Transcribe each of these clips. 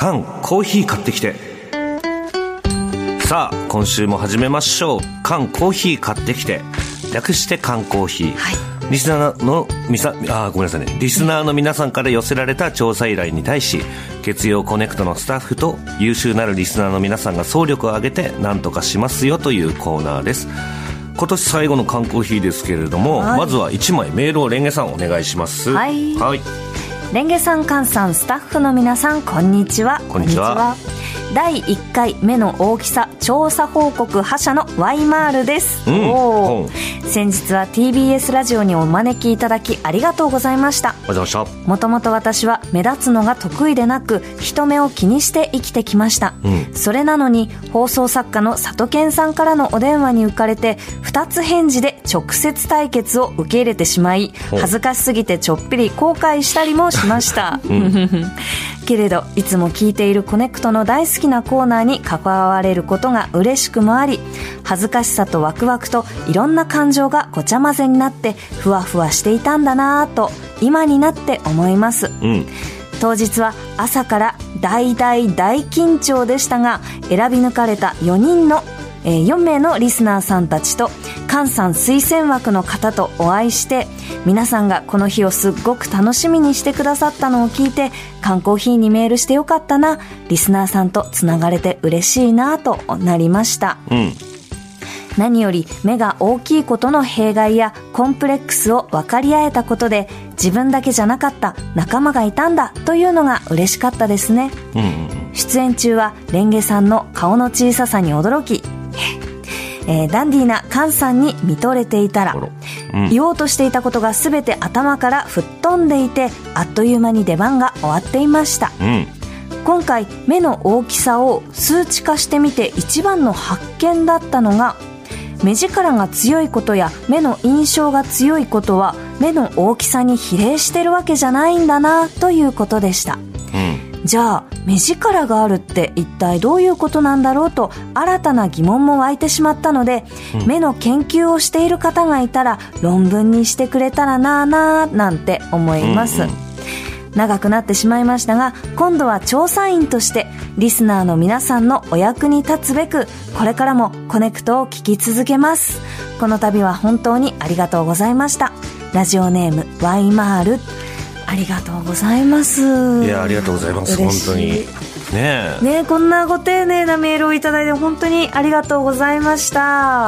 缶コーヒー買ってきて。さあ今週も始めましょう。缶コーヒー買ってきて、略して缶コーヒー、はい、リスナーの皆さんから寄せられた調査依頼に対し、月曜コネクトのスタッフと優秀なるリスナーの皆さんが総力を挙げて何とかしますよというコーナーです。今年最後の缶コーヒーですけれども、はい、まずは1枚メールをレンゲさんお願いします。 はい、 はい、 レンゲさん、カンさん、スタッフの皆さん、こんにちは。 こんにちは。 第1回目の大きさ調査報告覇者のワイマールです、先日は TBS ラジオにお招きいただきありがとうございました。もともと私は目立つのが得意でなく、人目を気にして生きてきました、それなのに放送作家の佐藤健さんからのお電話に浮かれて、2つ返事で直接対決を受け入れてしまい、恥ずかしすぎてちょっぴり後悔したりもしました、けれどいつも聞いているコネクトの大好きなコーナーに関われることが嬉しくもあり、恥ずかしさとワクワクといろんな感情がごちゃ混ぜになってふわふわしていたんだなぁと今になって思います、当日は朝から大緊張でしたが、選び抜かれた4名のリスナーさんたちと菅さん推薦枠の方とお会いして、皆さんがこの日をすっごく楽しみにしてくださったのを聞いて、缶コーヒーにメールしてよかったな、リスナーさんとつながれて嬉しいなとなりました、何より目が大きいことの弊害やコンプレックスを分かり合えたことで、自分だけじゃなかった仲間がいたんだというのが嬉しかったですね、出演中はレンゲさんの顔の小ささに驚き、ダンディーな菅さんに見とれていたら、言おうとしていたことが全て頭から吹っ飛んでいて、あっという間に出番が終わっていました、今回目の大きさを数値化してみて一番の発見だったのが、目力が強いことや目の印象が強いことは目の大きさに比例してるわけじゃないんだなということでした、じゃあ目力があるって一体どういうことなんだろうと新たな疑問も湧いてしまったので、目の研究をしている方がいたら論文にしてくれたらなぁなんて思います、長くなってしまいましたが、今度は調査員としてリスナーの皆さんのお役に立つべく、これからもコネクトを聞き続けます。この度は本当にありがとうございました。ラジオネームワイマール、ありがとうございます。 いや、ありがとうございます。本当にねこんなご丁寧なメールをいただいて本当にありがとうございました。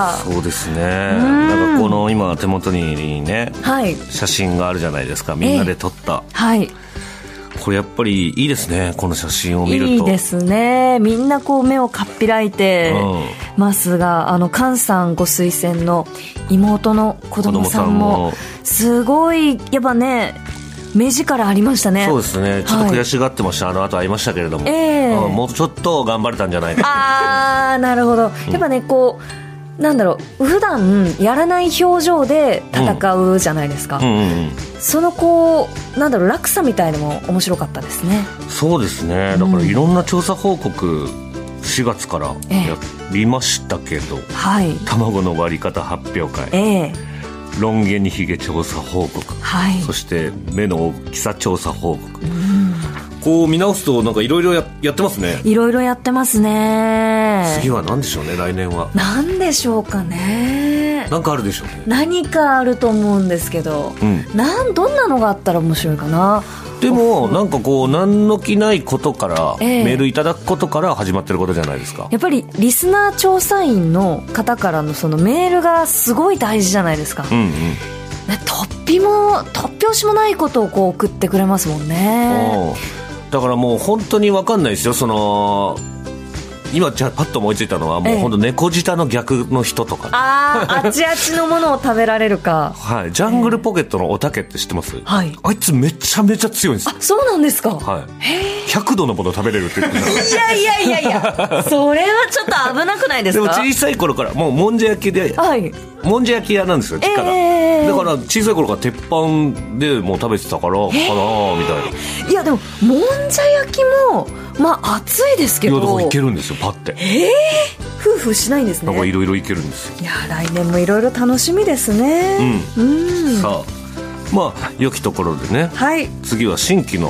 そうですね、なんかこの今手元にね、写真があるじゃないですか、みんなで撮った、これやっぱりいいですね、この写真を見ると。 いいですね、みんなこう目をかっぴらいてますが、菅さんご推薦の妹の子供さんもすごいやっぱね、目力ありましたね。 そうですね、ちょっと悔しがってました、あの後会いましたけれども、もうちょっと頑張れたんじゃないかなるほど、やっぱね、こうなんだろう、普段やらない表情で戦うじゃないですか、そのこうなんだろう、落差みたいのも面白かったですね。 そうですね、だからいろんな調査報告4月からやりましたけど、卵の割り方発表会、ロン毛にヒゲ調査報告、そして目の大きさ調査報告、こう見直すとなんかいろいろやってますね。 いろいろやってますね。 次は何でしょうね、来年は何でしょうかね。 なんかあるでしょうね。 何かあると思うんですけど、どんなのがあったら面白いかな。 でもなんかこう何の気ないことから、メールいただくことから始まってることじゃないですか。 やっぱりリスナー調査員の方からのそのメールがすごい大事じゃないですか、突拍子もないことをこう送ってくれますもんね。 だからもう本当に分かんないですよ、その今じゃパッと思いついたのはもう本当猫舌の逆の人とか、 あっちあっちのものを食べられるかジャングルポケットのおたけって知ってます？あいつめちゃめちゃ強いんですよ。 そうなんですか。 100度のもの食べれるって言ってた。 いやそれはちょっと危なくないですか？ でも小さい頃からもうもんじゃ焼きで、もんじゃ焼き屋なんですよ、実家が、だから小さい頃から鉄板でもう食べてたからかなみたいな。 いやでももんじゃ焼きもまあ暑いですけど、 いやだからいけるんですよ、パッて夫婦しないんですね。 なんかいろいろいけるんですよ。 いや来年もいろいろ楽しみですね。 さあまあ良きところでね、次は新規の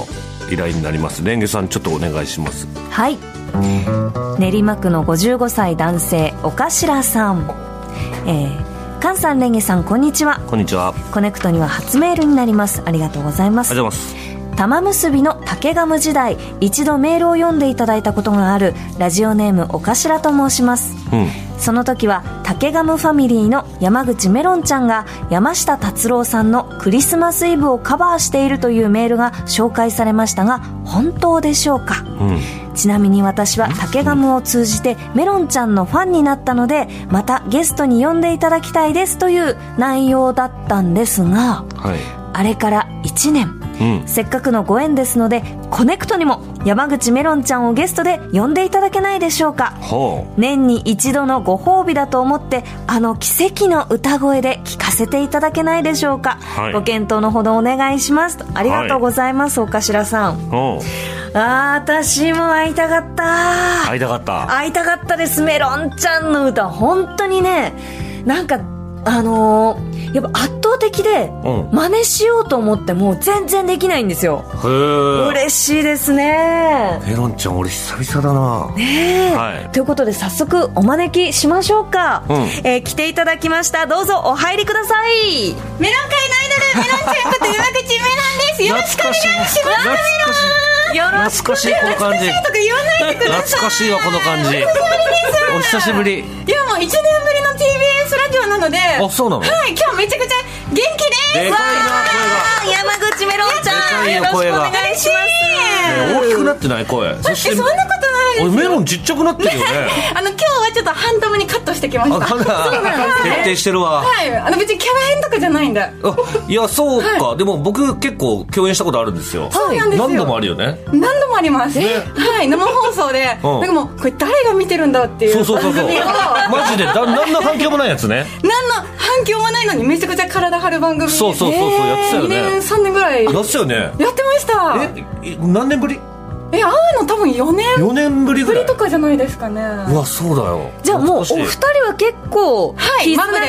依頼になります。レンゲさんちょっとお願いします。 はい、練馬区の55歳男性岡白さん、菅さん、レンゲさん、こんにちは。 こんにちは。 コネクトには初メールになります。ありがとうございます。 ありがとうございます。 玉結びの竹ガム時代、一度メールを読んでいただいたことがあるラジオネーム岡白と申します、その時は竹ガムファミリーの山口メロンちゃんが山下達郎さんのクリスマスイブをカバーしているというメールが紹介されましたが、本当でしょうか。ちなみに私は竹ガムを通じてメロンちゃんのファンになったので、またゲストに呼んでいただきたいですという内容だったんですが、あれから1年、せっかくのご縁ですのでコネクトにも山口メロンちゃんをゲストで呼んでいただけないでしょうか。年に一度のご褒美だと思ってあの奇跡の歌声で聞かせていただけないでしょうか、ご検討のほどお願いします。ありがとうございます、岡白さん。私も会いたかった。会いたかったです。メロンちゃんの歌本当にね、なんかやっぱ圧倒的で、真似しようと思っても全然できないんですよ。嬉しいですね。 メロンちゃん俺久々だなね、ということで早速お招きしましょうか、来ていただきました。どうぞお入りください。 メロン界のアイドルメロンちゃんこと山口メロンです。よろしくお願いします。 懐かしいこの感じ。懐かしいわこの感じ。お久しぶり。 いやもう1年ぶりの TBS ラジオなので。 あ、そうなの。 はい、今日めちゃくちゃ元気です。 でかいな声が。山口メロンちゃん、よろしくお願いします。 大きくなってない声。 そしてそんなことないですよ。 メロンちっちゃくなってるよね。 今日はちょっと半玉にカットしてきました。そうなんです。 徹底してるわ。 はい、別にキャラ変とかじゃないんだ。 いやそうか、でも僕結構共演したことあるんですよ。 そうなんですよ。 何度もあるよね。 何度もあります。はい、生放送で、なんかもうこれ誰が見てるんだっていう。 そうマジで何の反響もないやつね。 何の反響もないのにめちゃくちゃ体張る番組。 そうやってたよね。 2年3年ぐらいやってたよね。 やってました。 何年ぶり？ 会うの多分4年ぶりぐらいとかじゃないですかね。 うわ、そうだよ。 じゃあもうお二人は結構絆が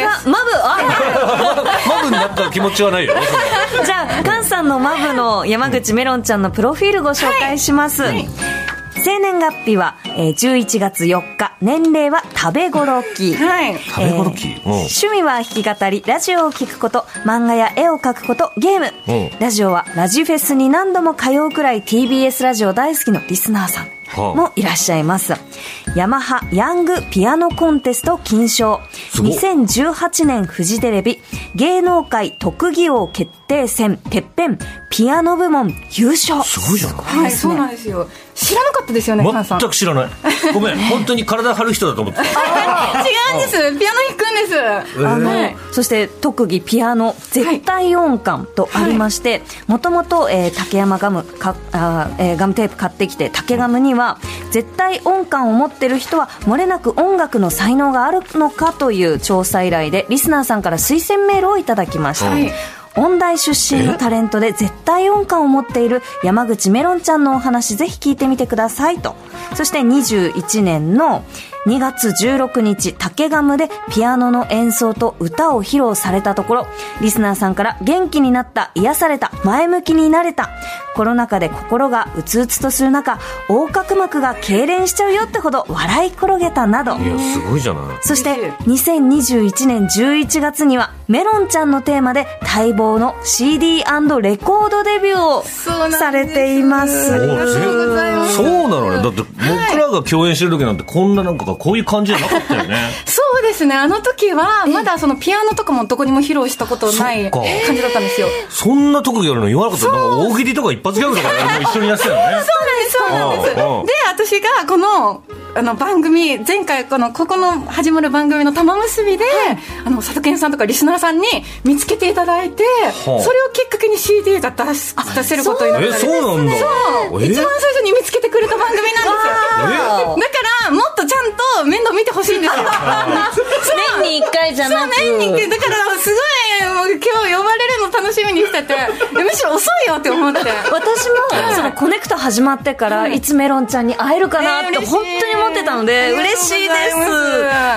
マブになった気持ちはないよ。 じゃあ菅さんのマブの山口メロンちゃんのプロフィールご紹介します。生年月日は11月4日、年齢は食べごろ期、趣味は弾き語り、ラジオを聞くこと、漫画や絵を描くこと、ゲーム、ラジオはラジフェスに何度も通うくらい TBS ラジオ大好きのリスナーさんもいらっしゃいます。ヤマハヤングピアノコンテスト金賞、2018年フジテレビ芸能界特技王決定戦てっぺんピアノ部門優勝。 すごいじゃん。 はい、そうなんですよ。知らなかったですよね。 全く知らない。ごめん、本当に体張る人だと思って。違うんです。ピアノ弾くんです。 そして特技ピアノ絶対音感とありまして、もともと竹山ガムテープ買ってきて、竹ガムには絶対音感を持ってる人は漏れなく音楽の才能があるのかという調査依頼でリスナーさんから推薦メールをいただきました。音大出身のタレントで絶対音感を持っている山口メロンちゃんのお話、ぜひ聞いてみてくださいと。そして21年の2月16日竹ガムでピアノの演奏と歌を披露されたところ、リスナーさんから元気になった、癒された、前向きになれた、コロナ禍で心がうつうつとする中横隔膜が痙攣しちゃうよってほど笑い転げたなど。 いやすごいじゃない。 そして2021年11月にはメロンちゃんのテーマで待望の CD& レコードデビューをされています。 ありがとうございます。 そうなのね。だって僕らが共演してる時なんてこんななんかこういう感じじゃなかったよね。 そうですね。あの時はまだそのピアノとかもどこにも披露したことない感じだったんですよ。 そんな特技あるの言わなかった。なんか大喜利とか一発ギャグとか一緒にやってたよね。 そうなんです。で、私がこの番組、前回ここの始まる番組の玉結びで、佐藤健さんとかリスナーさんに見つけていただいて、それをきっかけに CD が出せることになったんです。 そうなんだ。 そう、一番最初に見つけてくれた番組なんですよ。だからもっとちゃんと面倒見てほしいんですよ。 年に1回じゃなく。 そう、年に1回だからすごい今日呼ばれるの楽しみにしてて、むしろ遅いよって思って。 私もそのコネクト始まってからいつメロンちゃんに会えるかなって本当に思ってたので嬉しいです。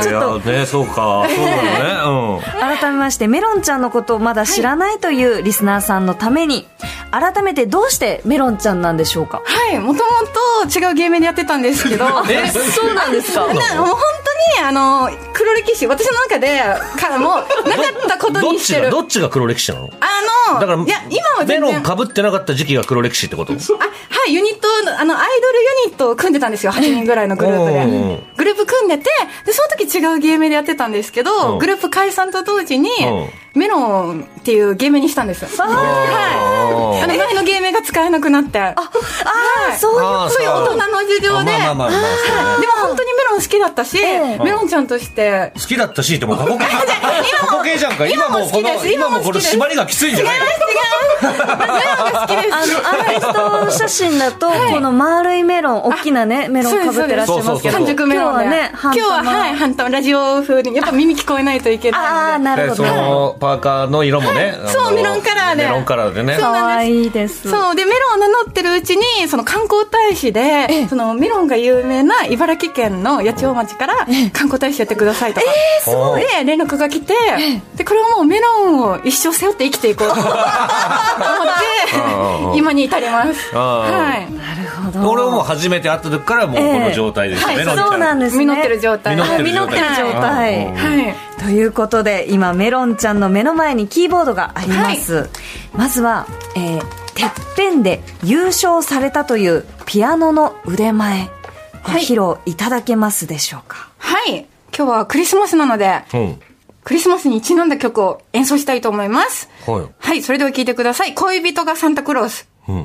ちょっとね、そうか、そうなのね。 改めましてメロンちゃんのことをまだ知らないというリスナーさんのために、 改めてどうしてメロンちゃんなんでしょうか？ はい、もともと違う芸名でやってたんですけどそうなんですか？ もう本当に黒歴史、私の中でもうなかったことにしてる。 どっちが黒歴史なの？だから、いや、今は全然メロンかぶってなかった時期が黒歴史ってこと？はい、 ユニット、アイドルユニットを組んでたんですよ。8人ぐらいのグループで。グループ組んでて、で、その時違う芸名でやってたんですけど、グループ解散と同時に、メロンっていう芸名にしたんです。はい。前の芸名が使えなくなって。そういう大人の事情で。でも本当にメロン好きだったし、メロンちゃんとして。 好きだったしってもう過去形じゃんか。今もこの締まりがきついんじゃない？ 違います。メロンが好きです。 アイスト写真だと、この丸いメロン、大きなね、メロンかぶってらっしゃいますけど。 半熟メロンで。今日は半玉、ラジオ風に、やっぱ耳聞こえないといけないので。 なるほど。 そのパーカーの色もね。 そう、メロンカラーで。 メロンカラーでね。 かわいいです。 そう、で、メロンを名乗ってるうちに、その観光大使で、そのメロンが有名な茨城県の八千代町から観光大使やってくださいとか。 すごい。 で、連絡が来て、で、これはもうメロンを一生背負って生きていこうと思って、今に至ります。はい。 なるほど。 俺はもう初めて会った時からもうこの状態です。メロンちゃん。 そうなんですね。 実ってる状態。 実ってる状態。はい。ということで、今メロンちゃんの目の前にキーボードがあります。まずは、てっぺんで優勝されたというピアノの腕前、披露いただけますでしょうか？ はい。今日はクリスマスなので、クリスマスにちなんだ曲を演奏したいと思います。はい、それでは聴いてください。恋人がサンタクロース。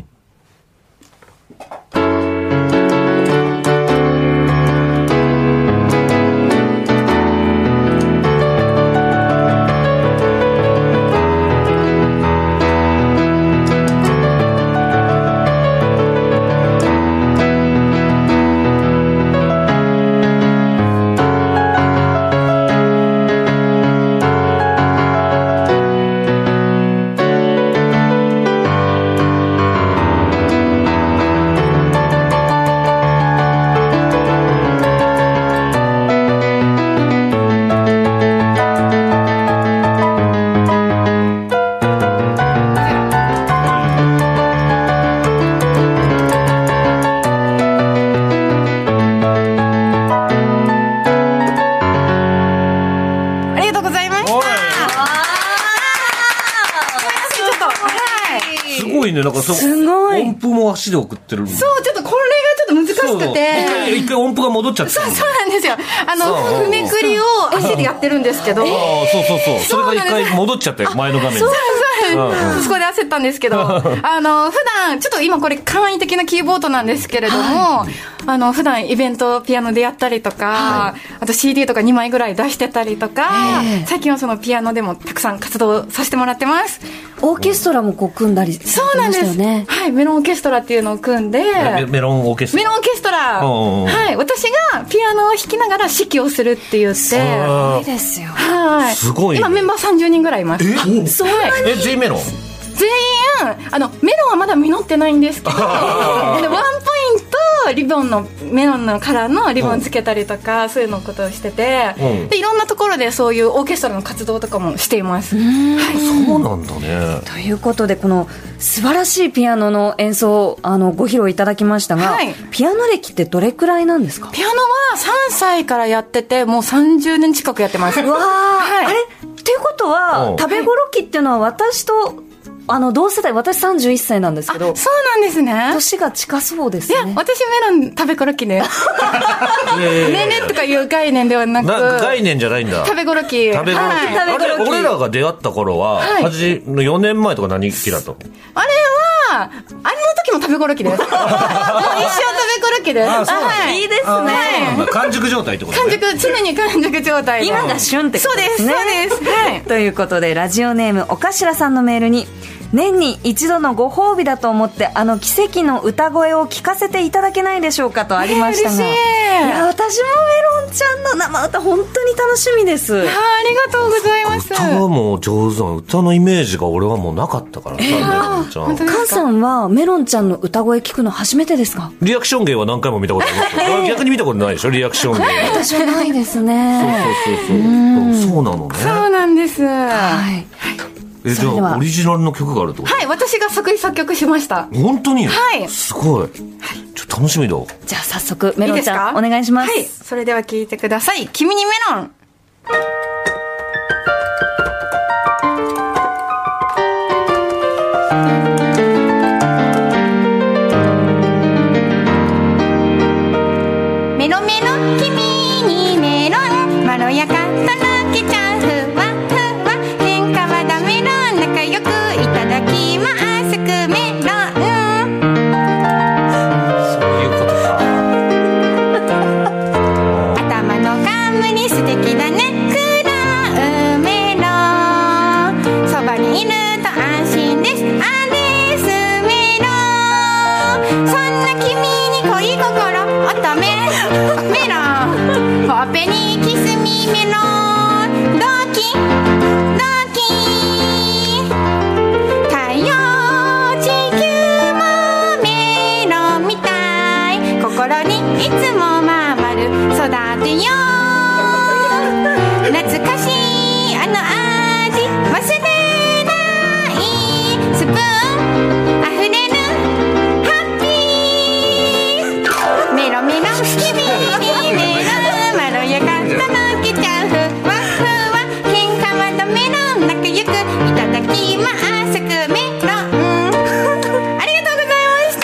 すごい。 音符も足で送ってる。 そう、ちょっとこれがちょっと難しくて。 一回音符が戻っちゃって。 そうなんですよ。譜めくりを足でやってるんですけど。 そう。それが一回戻っちゃって、前の画面に。 そこで焦ったんですけど、普段、ちょっと今これ簡易的なキーボードなんですけれども、普段イベントピアノでやったりとか、あと CD とか2枚ぐらい出してたりとか、最近はそのピアノでもたくさん活動させてもらってます。 オーケストラもこう組んだりされてましたよね。そうなんです。 はい、メロンオーケストラっていうのを組んで、 メロンオーケストラ。 メロンオーケストラ。はい、私がピアノを弾きながら指揮をするって言って。すごいですよ。 はい。 すごい。 今メンバー30人ぐらいいます。 そう全員メロン？ 全員メロンはまだ実ってないんですけど、ワンポイントリボンのメロンのカラーのリボンつけたりとか、そういうのことをしてて、でいろんなところでそういうオーケストラの活動とかもしています。 そうなんだね。 ということで、この素晴らしいピアノの演奏をご披露いただきましたが、ピアノ歴ってどれくらいなんですか？ ピアノは3歳からやってて、もう30年近くやってます。 うわー、あれっていうことは、食べ頃期っていうのは私と同世代、私31歳なんですけど。 そうなんですね。 年が近そうですね。 いや、私メロン食べ頃期ね。年齢とかいう概念ではなく。 概念じゃないんだ。 食べ頃期。 食べ頃期。あれ、俺らが出会った頃は、4年前とか何期だと？ あれは、あの時も食べ頃期です。もう一生食べ頃期です。 いいですね。 完熟状態ってことね。 常に完熟状態。 今が旬ってことですね。 そうです。はい。 ということで、ラジオネームおかしらさんのメールに、年に一度のご褒美だと思って奇跡の歌声を聞かせていただけないでしょうかとありましたが、いや、私もメロンちゃんの生歌本当に楽しみです。 ありがとうございます。 歌はもう上手な、歌のイメージが俺はもうなかったからさ、メロンちゃん。 菅さんはメロンちゃんの歌声聞くの初めてですか？ リアクション芸は何回も見たことありますけど逆に見たことないでしょ、リアクション芸。 私はないですね。 そうなのね。 そうなんです。 はい。 じゃあオリジナルの曲があるってこと？ はい、私が作詞作曲しました。 本当に？ はい、 すごい、ちょっと楽しみだ。 じゃあ早速メロンちゃんお願いします。 はい、それでは聴いてください。君にメロン。メロメロ君にメロン、まろやかとろけちゃうふわふわ、喧嘩はダメロン、仲良くいただきますくメロン。 そういうことか。 頭の冠素敵だね、クラウメロン、そばにいると安心です、アレスメロン、そんな君に恋心乙女メロン、ほっぺにキスミメロン、ドキドキ、太陽地球もメロンみたい、心にいつもままる育てよう、懐かしいあの味忘れないスプーンあふれるハッピー、メロメロ君にメロン、まろやかとろけちゃうふわふわ、喧嘩はダメロン、仲良くいただきますくメロン。ありがとうございました。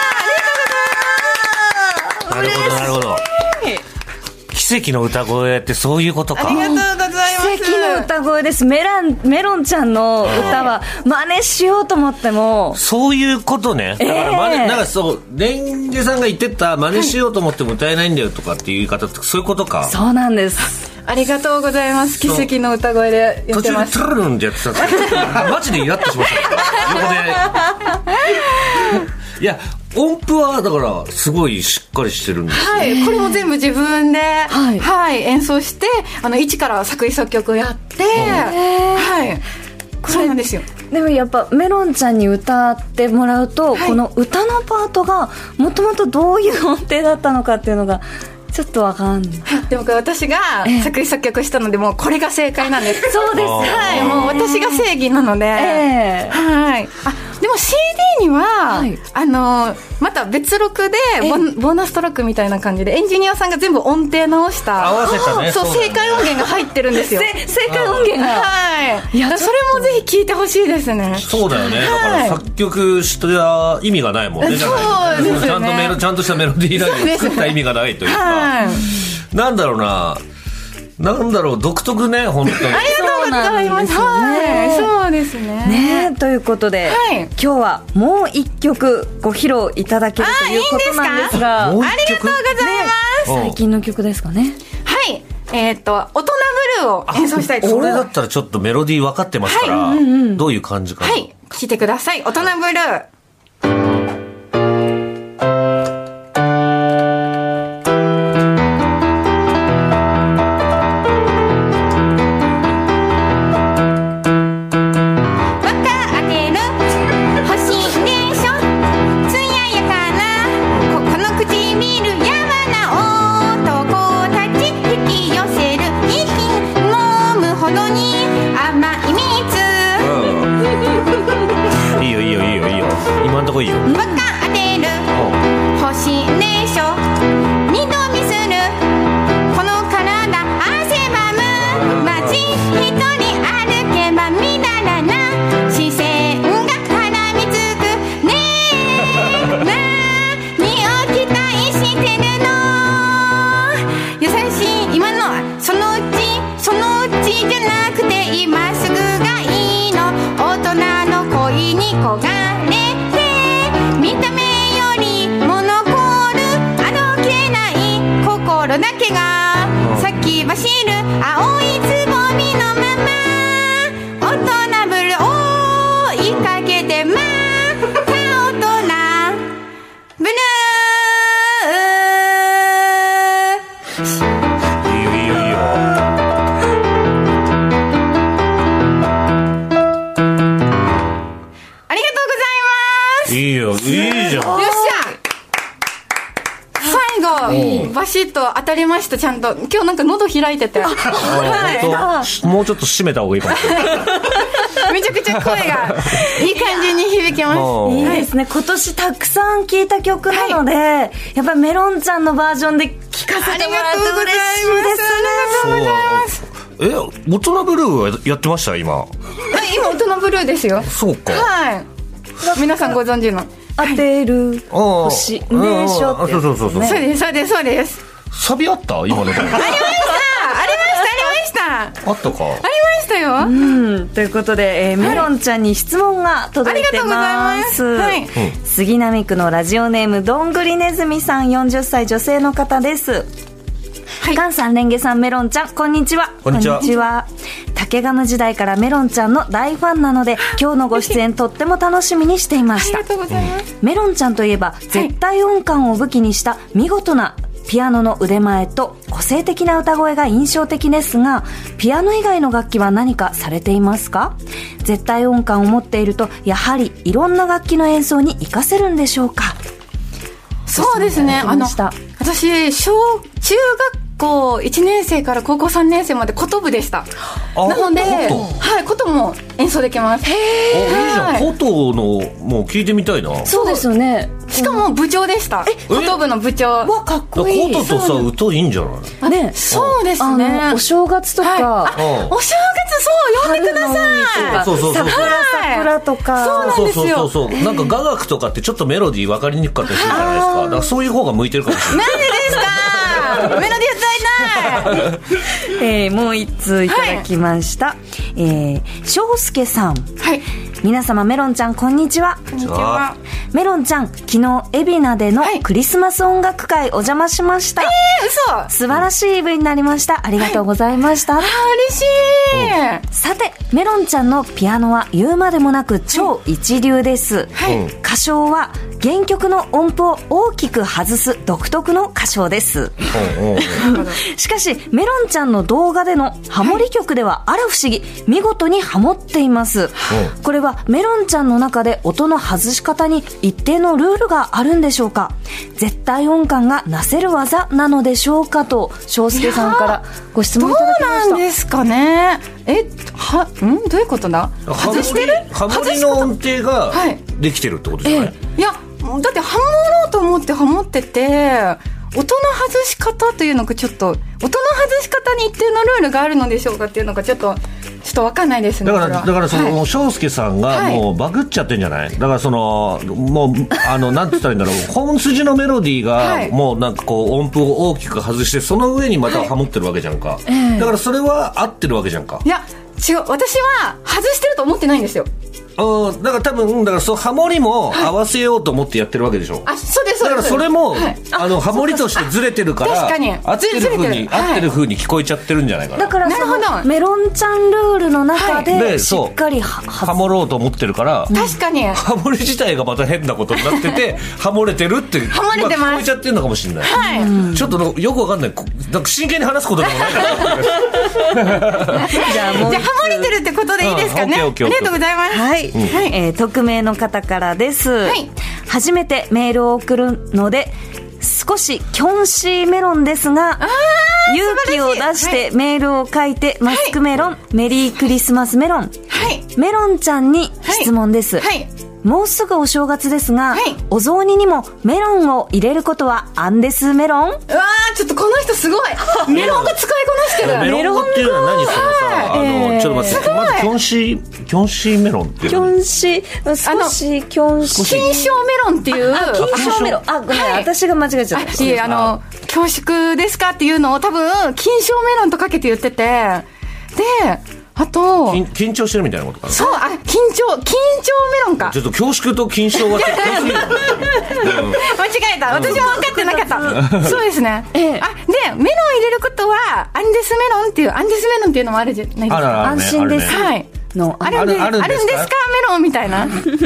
ありがとうございます。 なるほどなるほど。奇跡の歌声ってそういうことか。 ありがとうございます。 奇跡の歌声です。メロンちゃんの歌は真似しようと思っても、 そういうことね。だからなんかそうレンゲさんが言ってた真似しようと思っても歌えないんだよとかっていう言い方ってそういうことか。 そうなんです。 ありがとうございます。奇跡の歌声でやってます。 途中でトゥルルンってやってたんですけどマジでイラッとしました横で。いや音符はだからすごいしっかりしてるんですよ。 はい、これも全部自分で、はい演奏して一から作詞作曲をやって、はい、そうなんですよ。 でもやっぱメロンちゃんに歌ってもらうと、この歌のパートがもともとどういう音程だったのかっていうのがちょっとわかんない。 でも私が作詞作曲したのでもうこれが正解なんです。 そうです。 はい、もう私が正義なので、はい。でも CD には、また別録でボーナストラックみたいな感じでエンジニアさんが全部音程直した合わせたね。 そう正解音源が入ってるんですよ。 正解音源が。 はい。いやそれもぜひ聞いてほしいですね。 そうだよね。だから作曲した意味がないもんね。 そうですね。 ちゃんとしたメロディーラインを作った意味がないというか。なんだろうな。独特ね本当に。 ありがとうございます。はい、そうですね。 ねということで、今日はもう一曲ご披露いただけるということなんですが、 ありがとうございます。 最近の曲ですかね。 はい。大人ブルーを演奏したいと思います。 それだったらちょっとメロディー分かってますから、どういう感じかな。 はい、聴いてください。大人ブルー。 今んとこいいよ。 バカ当てる星でしょ、二度見するこの体汗ばむ街一人歩けばみだらな視線が絡みつくねえ何を期待してるの、優しい今のはそのうちじゃなくて今すぐがいいの、大人の恋に焦がれ見た目よりモノコールあどけない心だけが先走る青いつぼみのまま大人ブルー追いかけてまた大人ブルー。 いいよいいよいいよ。 ありがとうございます。 いいよいいじゃん。 よっしゃ最後バシッと当たりました。ちゃんと今日なんか喉開いてて、 はい、もうちょっと締めた方がいいかも。 めっめちゃくちゃ声がいい感じに響きます。 いいですね。今年たくさん聴いた曲なので、やっぱりメロンちゃんのバージョンで聴かせてもらうと嬉しいですね。 ありがとうございます。 大人ブルーはやってました今？ 今大人ブルーですよ。 そうか。 はい。皆さんご存知の当てる星名所ってやつですね。 そうです。 サビあった今の。ありました。あったか。 ありましたよ。 ということで、メロンちゃんに質問が届いてます。はい、杉並区のラジオネームどんぐりねずみさん、40歳女性の方です。カンさん、レンゲさん、メロンちゃん、こんにちは。 こんにちは。 竹ガム時代からメロンちゃんの大ファンなので、今日のご出演とっても楽しみにしていました。 ありがとうございます。 メロンちゃんといえば、絶対音感を武器にした見事なピアノの腕前と個性的な歌声が印象的ですが、ピアノ以外の楽器は何かされていますか？絶対音感を持っていると、やはりいろんな楽器の演奏に活かせるんでしょうか？ そうですね。私、中学校1年生から高校3年生まで琴部でした。なので、琴も演奏できます。 いいじゃん。琴のもう聞いてみたいな。 そうですよね。 しかも部長でした。琴部の部長。 わ、かっこいい。 琴とさ、歌いいんじゃない？ ね、 そうですね。 お正月とか、 お正月、そう、呼んでください。 そう桜とか。 そうなんですよ。 そう。なんか雅楽とかってちょっとメロディー分かりにくかったりするじゃないですか。だからそういう方が向いてるかもしれない。 なんでですか？メロディー歌いたい。もう一通いただきました。翔介さん。 はい。 皆様、メロンちゃん、こんにちは。 こんにちは。 メロンちゃん、昨日海老名でのクリスマス音楽会お邪魔しました。 嘘。 素晴らしいイブになりました。ありがとうございました。 嬉しい。 さて、メロンちゃんのピアノは言うまでもなく超一流です。歌唱は原曲の音符を大きく外す独特の歌唱です。しかし、メロンちゃんの動画でのハモリ曲ではあら不思議、見事にハモっています。これはメロンちゃんの中で音の外し方に一定のルールがあるんでしょうか？絶対音感がなせる技なのでしょうか？と翔介さんからご質問いただきました。 どうなんですかね。どういうことだ？外してる？ ハモリの音程ができてるってことじゃない？ いや、だってハモろうと思ってハモってて、音の外し方というのがちょっと、音の外し方に一定のルールがあるのでしょうかっていうのがちょっと分かんないですね。 だからその翔介さんがもうバグっちゃってんじゃない？だからそのもうなんて言ったらいいんだろう、本筋のメロディーがもうなんかこう音符を大きく外して、その上にまたハモってるわけじゃんか。だからそれは合ってるわけじゃんか。 いや違う、私は外してると思ってないんですよ。 だから多分そうハモリも合わせようと思ってやってるわけでしょ。 そうです。 だからそれも、ハモリとしてずれてるから、 確かに合ってる風に聞こえちゃってるんじゃないかな。 だからそのメロンちゃんルールの中でしっかりハモろうと思ってるから、 確かにハモリ自体がまた変なことになっててハモれてるってハモれてます、 聞こえちゃってるのかもしれない。ちょっとよくわかんない。なんか真剣に話すことでもないからじゃあハモれてるってことでいいですかね。ありがとうございます。 はい、匿名の方からです。初めてメールを送るので少しキョンシーメロンですが、勇気を出してメールを書いて、マスクメロン、メリークリスマスメロン、メロンちゃんに質問です。もうすぐお正月ですが、お雑煮にもメロンを入れることはアンデスメロン？ ちょっとこの人すごいメロンが使いこなしてる。 メロンっていうのは何？そのさ、ちょっと待って、まずキョンシーメロンっていうキョンシー、少しキョンシー金賞メロンっていう、 金賞メロン、ごめん、私が間違えちゃった。 恐縮ですかっていうのを多分金賞メロンとかけて言ってて、であと緊張してるみたいなことかな。 そう、緊張メロンか。 ちょっと恐縮と緊張はちょっと間違えた。私も分かってなかったそうですね。でメロン入れることはアンデスメロンっていうのもあるじゃないですか。 安心です。 あるんですかメロンみたいなすごい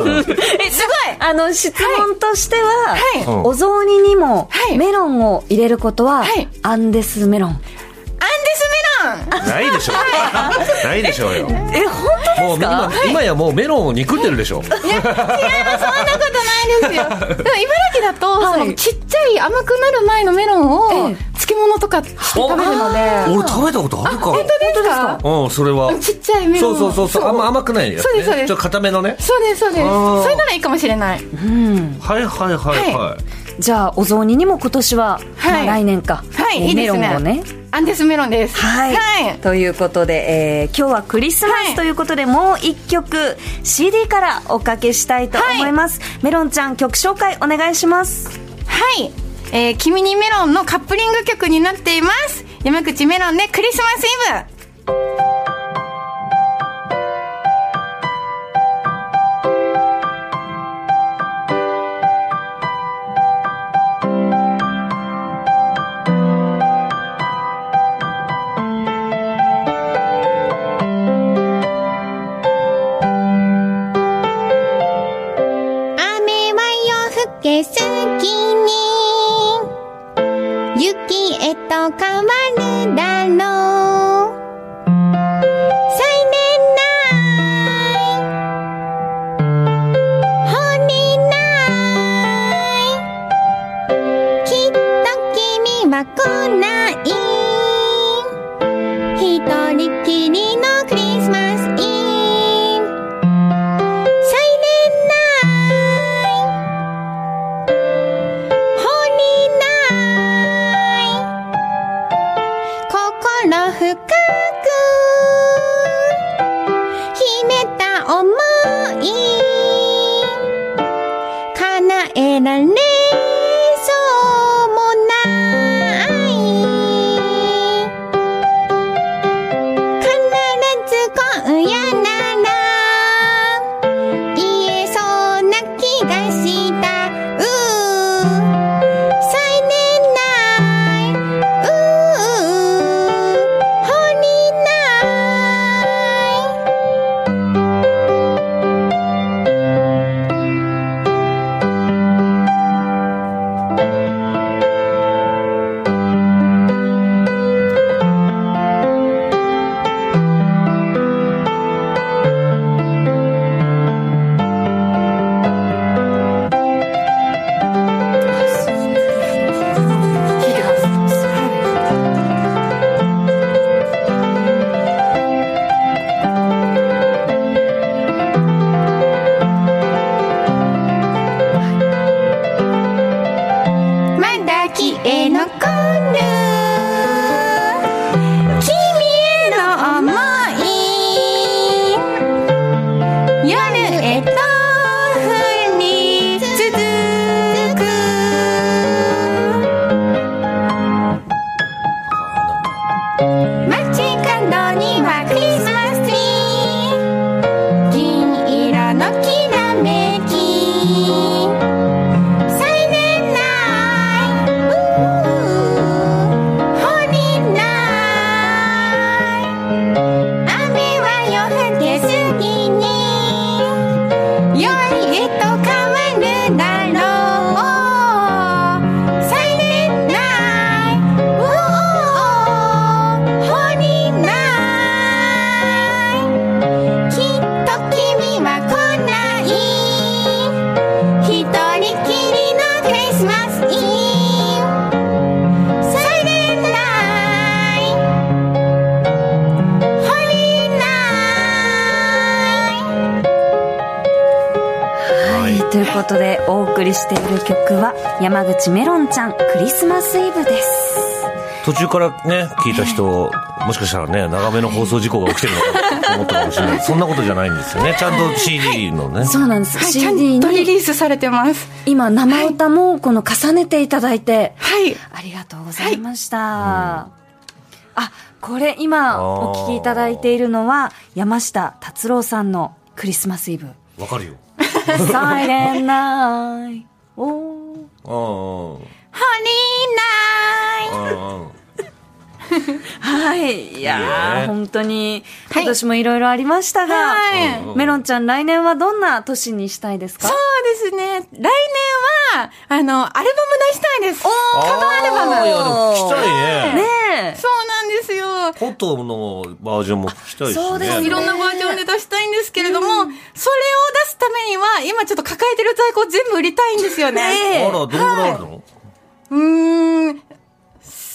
質問としては、お雑煮にもメロンを入れることはアンデスメロン。 ないでしょないでしょうよ。 本当ですか？ 今やもうメロンを憎んでるでしょ。 いや違います、そんなことないですよ。でも茨城だと、そのちっちゃい甘くなる前のメロンを使漬物とかして食べるので。 俺食べたことあるかも。 本当ですか？ うん、それはちっちゃいメロン。 そうあんま甘くないやつね。 そうですそうです。 ちょっと固めのね。 そうですそれならいいかもしれない。 はい。 じゃあお雑煮にも今年は、来年か。 はい、いいですね。 メロンをね。 アンデスメロンです。 はい。ということで、今日はクリスマスということで、もう一曲 CD からおかけしたいと思います。メロンちゃん、曲紹介お願いします。 はい。君にメロンのカップリング曲になっています。山口メロンでクリスマスイブ。 好きに雪へと変わるだろう。サイレンナイト、ホーリーナイト、きっと君は来ない。一人きりのクリスマスイブ。深く秘めた想い叶えられそうもない。必ず今夜なら言えそうな気がした。 ということでお送りしている曲は山口メロンちゃんクリスマスイブです。 途中からね聞いた人、もしかしたらね長めの放送事故が起きてるのかと思ったかもしれない。そんなことじゃないんですよね。ちゃんと CD のね、 そうなんです、 CD にちゃんとリリースされてます。 今生歌もこの重ねていただいて、 ありがとうございました。これ今お聴きいただいているのは山下達郎さんのクリスマスイブ。 わかるよ。 サイレンナイト、 ホリーナイト。 はい、いやー、本当に今年もいろいろありましたが、メロンちゃん来年はどんな年にしたいですか？ そうですね、来年はアルバム出したいです。カバーアルバム。 聞きたいね。 そうなんですよ。 コトのバージョンも聞きたいですね。 そうです。いろんなバージョンで出したいんですけれども、それを出すためには今ちょっと抱えてる在庫を全部売りたいんですよね。 あら、どれぐらいあるの？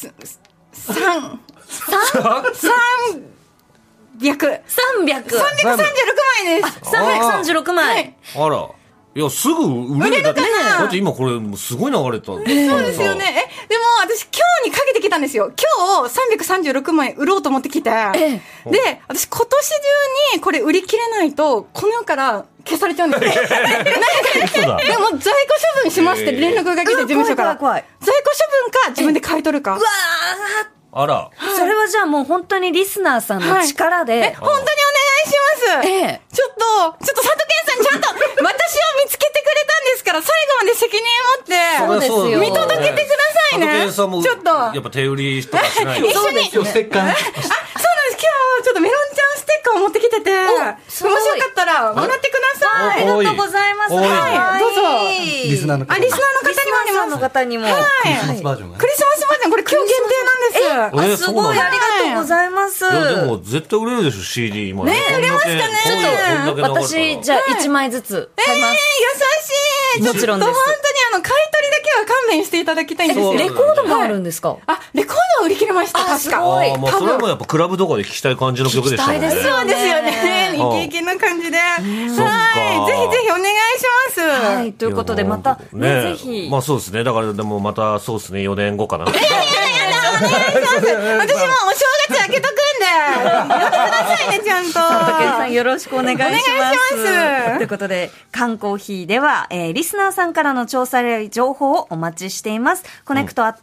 336枚です。 336枚、はい、 あら、いや、すぐ売れる。だって今これすごい流れた。そうですよね。でも私今日にかけてきたんですよ。今日336枚売ろうと思ってきて。で、私今年中にこれ売り切れないと、この世から消されちゃうんですよ。でも在庫処分しますって連絡が来て、事務所から。在庫処分か自分で買い取るか。 うわー、 あら。 それはじゃあもう本当にリスナーさんの力で、 はい、本当にお願いします。ちょっと佐藤健さんちゃんと私を見つけてくれたんですから、最後まで責任を持ってそうですよ、 見届けてくださいね。 佐藤健さんもちょっとやっぱ手売りとかしないの。 一緒にステッカー。 そうなんです。今日ちょっとメロンちゃんステッカーを持ってきてて、もしよかったらもらってください。 ありがとうございます。 はい、どうぞ。 リスナーの方にも。 リスナーの方にもあります。 の方にも。はい。 クリスマスバージョンが。 クリスマスバージョン、これ今日限定なんです。 すごい、ありがとうございます。いや、でも絶対売れるでしょ、CD 今ね。 売れましたね。 ちょっと、私、じゃあ1枚ずつ買います。 優しい。 もちろんです。 本当に買い取りだけは勘弁していただきたいんですよ。 レコードもあるんですか？ レコードは売り切れました、確か。 すごい。 まあ、それもやっぱクラブとかで聴きたい感じの曲でしたね。 聴きたいですよね。 そうですよね。イケイケな感じで。はい。ぜひぜひお願いします。 はい。ということで、また、ね、ぜひ。 まあそうですね。だからでもまた、そうですね、4年後かな。 いや、お願いします。私もお正月開けとくんで。やってくださいね、ちゃんと。 佐藤さんよろしくお願いします。 お願いします。 ということで、缶コーヒーでは、リスナーさんからの調査情報をお待ちしています。コネクト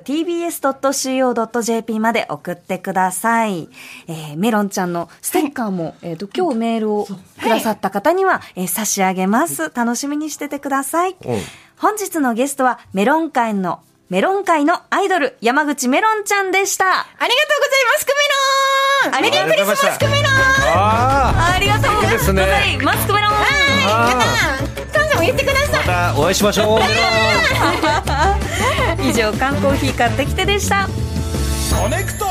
@tbs.co.jp まで送ってください。メロンちゃんのステッカーも、今日メールをくださった方には、差し上げます。楽しみにしててください。本日のゲストはメロン界のアイドル、山口メロンちゃんでした。ありがとうございます、クメロン。メリークリスマス、クメロン。 ありがとうございます。マスクメロン。 タンさんも言ってください。 またお会いしましょう。 以上、缶コーヒー買ってきてでした。 コネクト